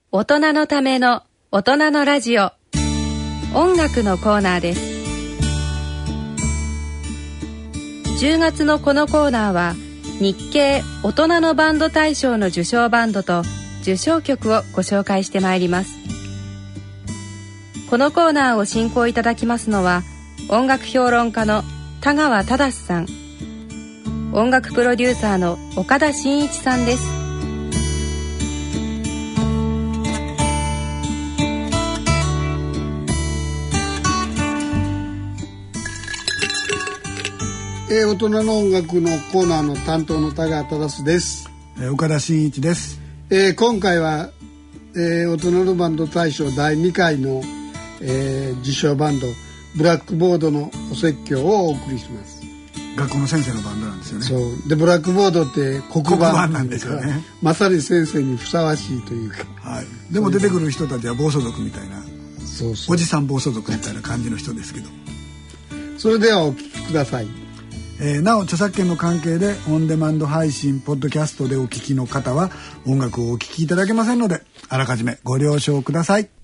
大人のための大人のラジオ、音楽のコーナーです。10月のこのコーナーは日経大人のバンド大賞の受賞バンドと受賞曲をご紹介してまいります。このコーナーを進行いただきますのは音楽評論家の田川忠さん、音楽プロデューサーの岡田真一さんです。 大人の音楽のコーナーの担当の田川忠です。 岡田真一です。 今回は、大人のバンド大賞第2回の、受賞バンドブラックボードのお説教をお送りします。 学校の先生のバンドなんですよね。 そうで、ブラックボードって黒板なんですよね。 まさに先生にふさわしいというか、 はい、でも出てくる人たちは暴走族みたいな、 そうそう、 おじさん暴走族みたいな感じの人ですけど、 それではお聞きください。 なお著作権の関係でオンデマンド配信ポッドキャストでお聞きの方は音楽をお聞きいただけませんので、あらかじめご了承ください。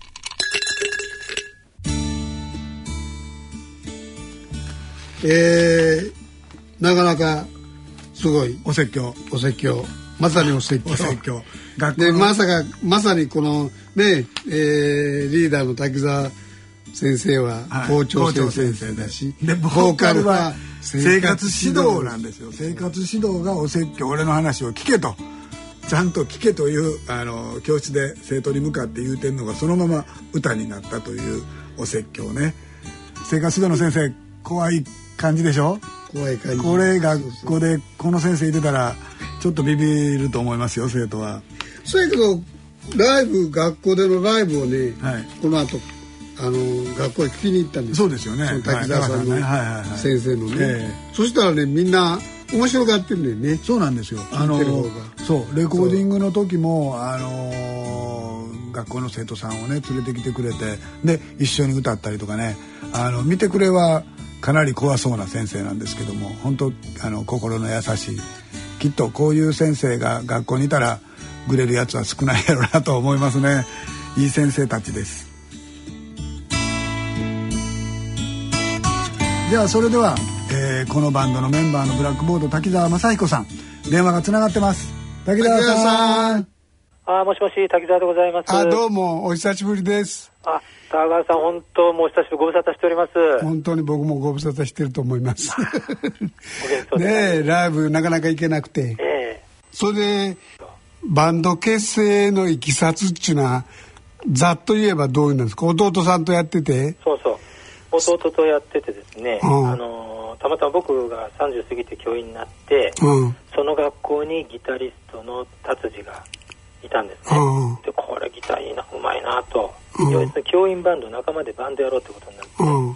なかなかすごいお説教、 まさにお説教で、まさにこのね、リーダーの滝沢先生は校長先生だし、 でボーカルは生活指導なんですよ。生活指導がお説教、俺の話を聞けと、ちゃんと聞けという教室で生徒に向かって言うてんのがそのまま歌になったというお説教ね。生活指導の先生怖い感じでしょ。 怖い感じ。 これ学校でこの先生いてたらちょっとビビると思いますよ、生徒は。 そうやけど学校でのライブをね、はい、この後学校へ聞きに行ったんです。 そうですよね。 その滝沢さんの先生のね、そしたらね、みんな面白がってるんだよね。 そうなんですよ。そうレコーディングの時も学校の生徒さんをね連れてきてくれて、で一緒に歌ったりとかね、見てくれはかなり怖そうな先生なんですけども、本当心の優しい、きっとこういう先生が学校にいたらグレるやつは少ないやろうなと思いますね。いい先生たちです。じゃあそれでは、このバンドのメンバーのブラックボード滝沢雅彦さん、電話がつながってます。滝沢さん。 もしもし、滝沢でございます。 どうもお久しぶりです。 田川さん、本当もう久しぶり、ご無沙汰しております。 本当に僕もご無沙汰してると思いますね。ライブなかなか行けなくて、それでバンド結成のいきさつっていうのはざっと言えばどういうんですか。弟さんとやってて。 そう弟とやっててですね、たまたま僕が30過ぎて教員になって、その学校にギタリストの達治がいたんですね。で、これギターいいな、うまいなと、教員バンド仲間でバンドやろうってことになって、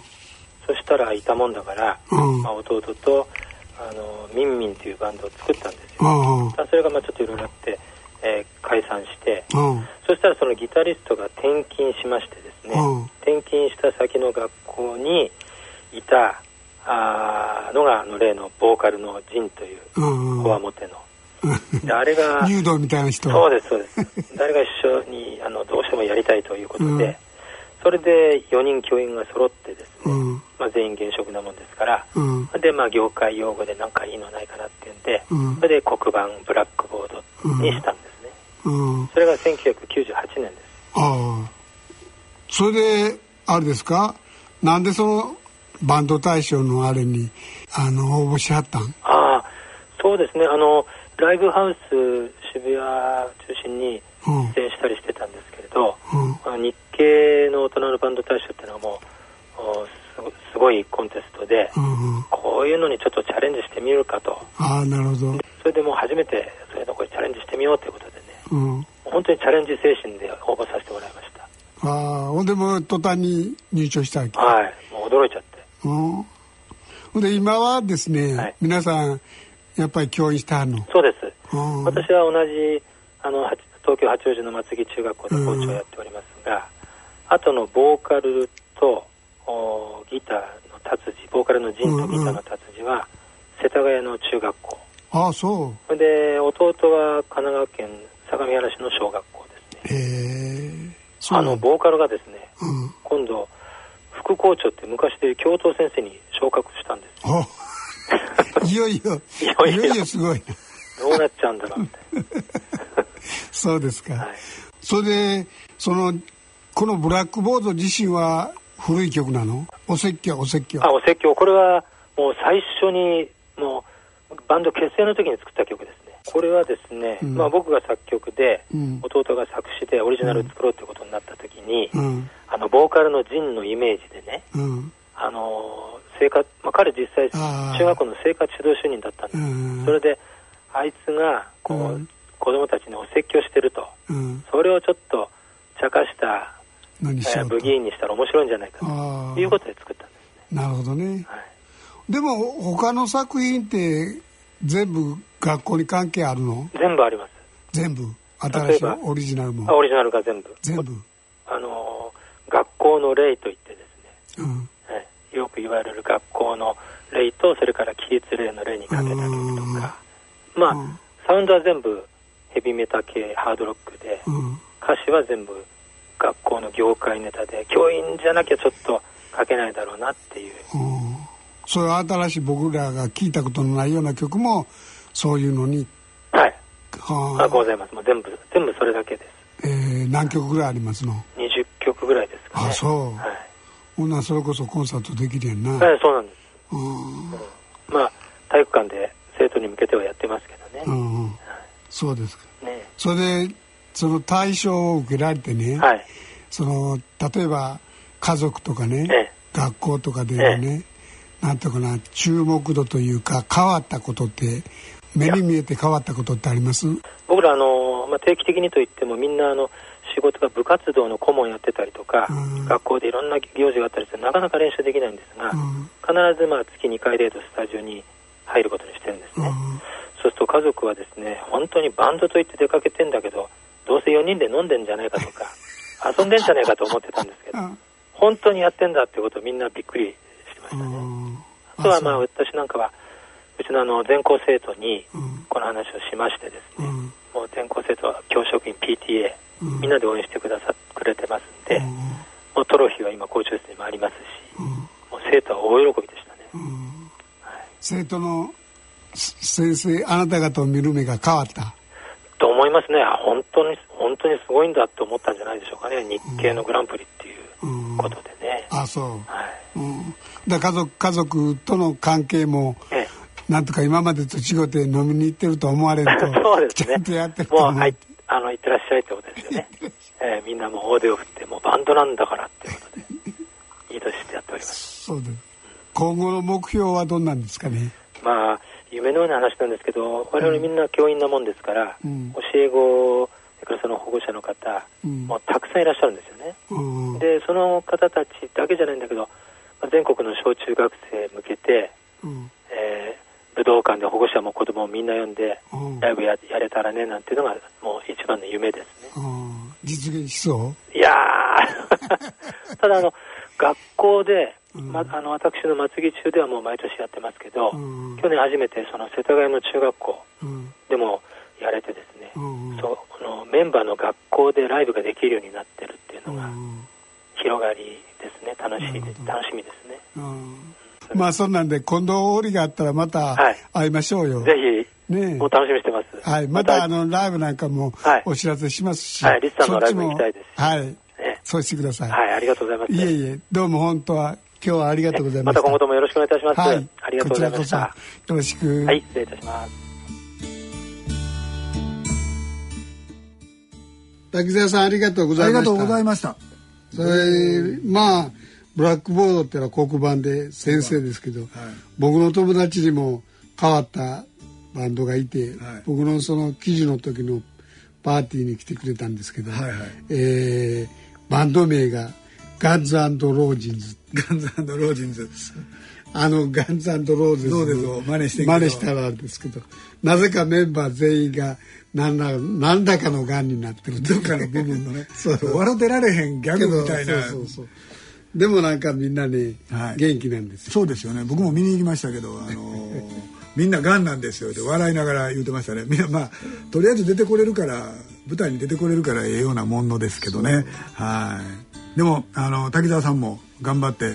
そしたらいたもんだから、弟とミンミンというバンドを作ったんですよ。それがちょっといろいろあって、解散して、そしたらそのギタリストが転勤しましてですね、転勤した先の学校にいたのが例のボーカルのジンというこわもてので、あれが柔道みたいな人。 そうです誰が一緒にどうしてもやりたいということで、それで4人教員が揃ってですね、全員現職なもんですから、で業界用語で何かいいのないかなっていうんで、それで黒板ブラックボードにしたんですね。それが1998年です。 それであれですか、なんでそのバンド大賞のあれに応募しはったん？ そうですね、ライブハウス渋谷中心に出演したりしてたんですけれど、日系の大人のバンド大賞っていうのはもうすごいコンテストで、こういうのにちょっとチャレンジしてみるかと。 なるほど。 それでもう初めてそういうのこれチャレンジしてみようということでね、本当にチャレンジ精神で応募させてもらいました。 ほんでもう途端に入賞したわけ。 もう驚いちゃって。 ほんで今はですね、皆さんやっぱり教員してはるの？そうです。私は同じ東京八王子の松木中学校で校長をやっておりますが、あとのボーカルとギターの達治、ボーカルのジンとギターの達治は世田谷の中学校。 そう。 で弟は神奈川県相模原市の小学校ですね。 ボーカルがですね、今度副校長って昔で教頭先生に昇格したんです。 いよいよすごいどうなっちゃうんだろうってそうですか、それでこのブラックボード自身は古い曲なの？お説教。これはもう最初にもうバンド結成の時に作った曲ですね。これはですね、僕が作曲で、弟が作詞でオリジナル作ろうということになった時に、ボーカルのジンのイメージでね、彼実際中学校の生活指導主任だったんです。それであいつが子供たちにお説教してると、それをちょっと茶化したブギーンにしたら面白いんじゃないかということで作ったんですね。 なるほどね、でも他の作品って全部学校に関係あるの？ 全部あります。 全部新しいオリジナルも？ オリジナルが全部学校の例といってですね、よく言われる学校の例と、それから起立例の例にかけた曲とか、サウンドは全部ヘビメタ系ハードロックで、歌詞は全部学校の業界ネタで、教員じゃなきゃちょっと書けないだろうなっていう、 そういう新しい僕らが聞いたことのないような曲もそういうのにございます。もう全部それだけです。 何曲ぐらいありますの ？20曲ぐらいですかね。 ほんならそれこそコンサートできるやんな。 そうなんです。体育館で生徒に向けてはやってますけどね。 そうですか、それでその対象を受けられてね、例えば家族とかね、学校とかでね、なんとかな注目度というか変わったことって目に見えて変わったことってあります？ 僕ら定期的にといってもみんな仕事が部活動の顧問やってたりとか、学校でいろんな行事があったりしてなかなか練習できないんですが、必ず月2回程度スタジオに入ることにしてるんですね。そうすると家族はですね、本当にバンドといって出かけてんだけどどうせ4人で飲んでんじゃないかとか遊んでんじゃないかと思ってたんですけど本当にやってんだってことをみんなびっくりしてましたね。あとは私なんかはうちの全校生徒にこの話をしましてですね、もう全校生徒は教職員 PTA、みんなで応援してくれてますんで、もうトロフィーは今校長室にもありますし、もう生徒は大喜びでしたね。 生徒の先生、あなた方を見る目が変わったと思いますね。本当にすごいんだと思ったんじゃないでしょうかね。日系のグランプリっていうことでね。 だから家族との関係も、なんとか今までと違って飲みに行ってると思われるとそうですね、 ちゃんとやってると思う。 もう行ってらっしゃいってことですよね。みんなもう大手を振ってもうバンドなんだからっていうことでいい年してやっております。 そうです。今後の目標はどんなんですかね？ 夢のような話なんですけど、我々みんな教員なもんですから、教え子、それからその保護者の方、もうたくさんいらっしゃるんですよね。でその方たちだけじゃないんだけど、全国の小中学生向けて、武道館で保護者も子供もみんな呼んで、ライブやれたらねなんていうのがもう一番の夢ですね。 実現しそう？ いやただ学校で、私の末期中ではもう毎年やってますけど、去年初めてその世田谷の中学校でもやれてですね、メンバーの学校でライブができるようになってるっていうのが広がりですね。楽しみですね。 そんなんで今度折があったらまた会いましょうよ。 ぜひ、もう楽しみにしてます。 またライブなんかもお知らせしますし、 リツさんのライブ行きたいです。 そうしてください。 ありがとうございます。 いえどうも本当は今日はありがとうございました。 また今後ともよろしくお願いいたします。ありがとうございました。 こちらこそよろしく。 失礼いたします。 滝沢さんありがとうございました。 ありがとうございました。 それブラックボードってのは黒板で先生ですけど、僕の友達にも変わったバンドがいて、僕のその記事の時のパーティーに来てくれたんですけど、バンド名がガンズ&ロージンズ。 ガンズ&ロージンズ。 ガンズ&ローズを真似したらですけど、なぜかメンバー全員が何らかのがんになってる。 どっかの部分のね。笑ってられへんギャグみたいな。 でもなんかみんなね、元気なんですよ。 そうですよね。僕も見に行きましたけど、みんながんなんですよって笑いながら言ってましたね。みんなとりあえず出てこれるから舞台に出てこれるからええようなものですけどね。はい。でも滝沢さんも頑張って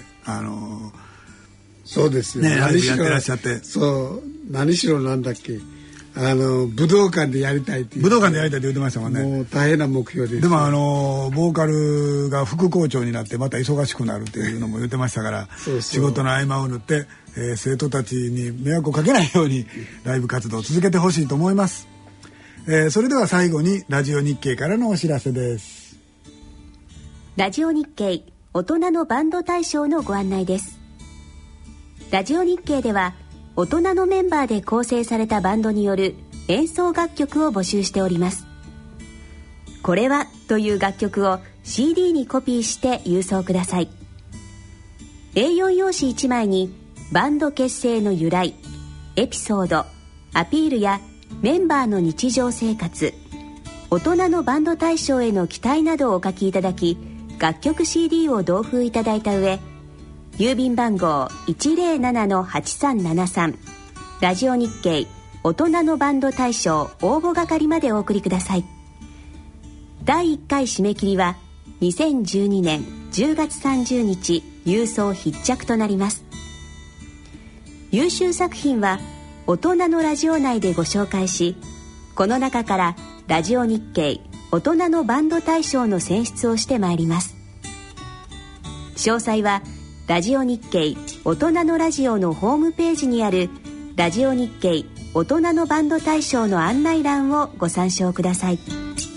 そうですよね、ライブやってらっしゃって、 そう何しろなんだっけ武道館でやりたいって武道館でやりたいって言ってましたもんね。 もう大変な目標です。 でもボーカルが副校長になってまた忙しくなるっていうのも言ってましたからそう仕事の合間を縫って、生徒たちに迷惑をかけないようにライブ活動を続けてほしいと思います。それでは最後にラジオ日経からのお知らせです。 ラジオ日経大人のバンド大賞のご案内です。ラジオ日経では大人のメンバーで構成されたバンドによる演奏楽曲を募集しております。これはという楽曲を CD にコピーして郵送ください。 A4 用紙1枚にバンド結成の由来、エピソード、アピールやメンバーの日常生活、大人のバンド大賞への期待などをお書きいただき、楽曲 CD を同封いただいた上、郵便番号 107-8373 ラジオ日経大人のバンド大賞応募係までお送りください。第1回締め切りは2012年10月30日郵送必着となります。優秀作品は大人のラジオ内でご紹介し、この中からラジオ日経大人のバンド大賞の選出をしてまいります。詳細はラジオ日経大人のラジオのホームページにあるラジオ日経大人のバンド大賞の案内欄をご参照ください。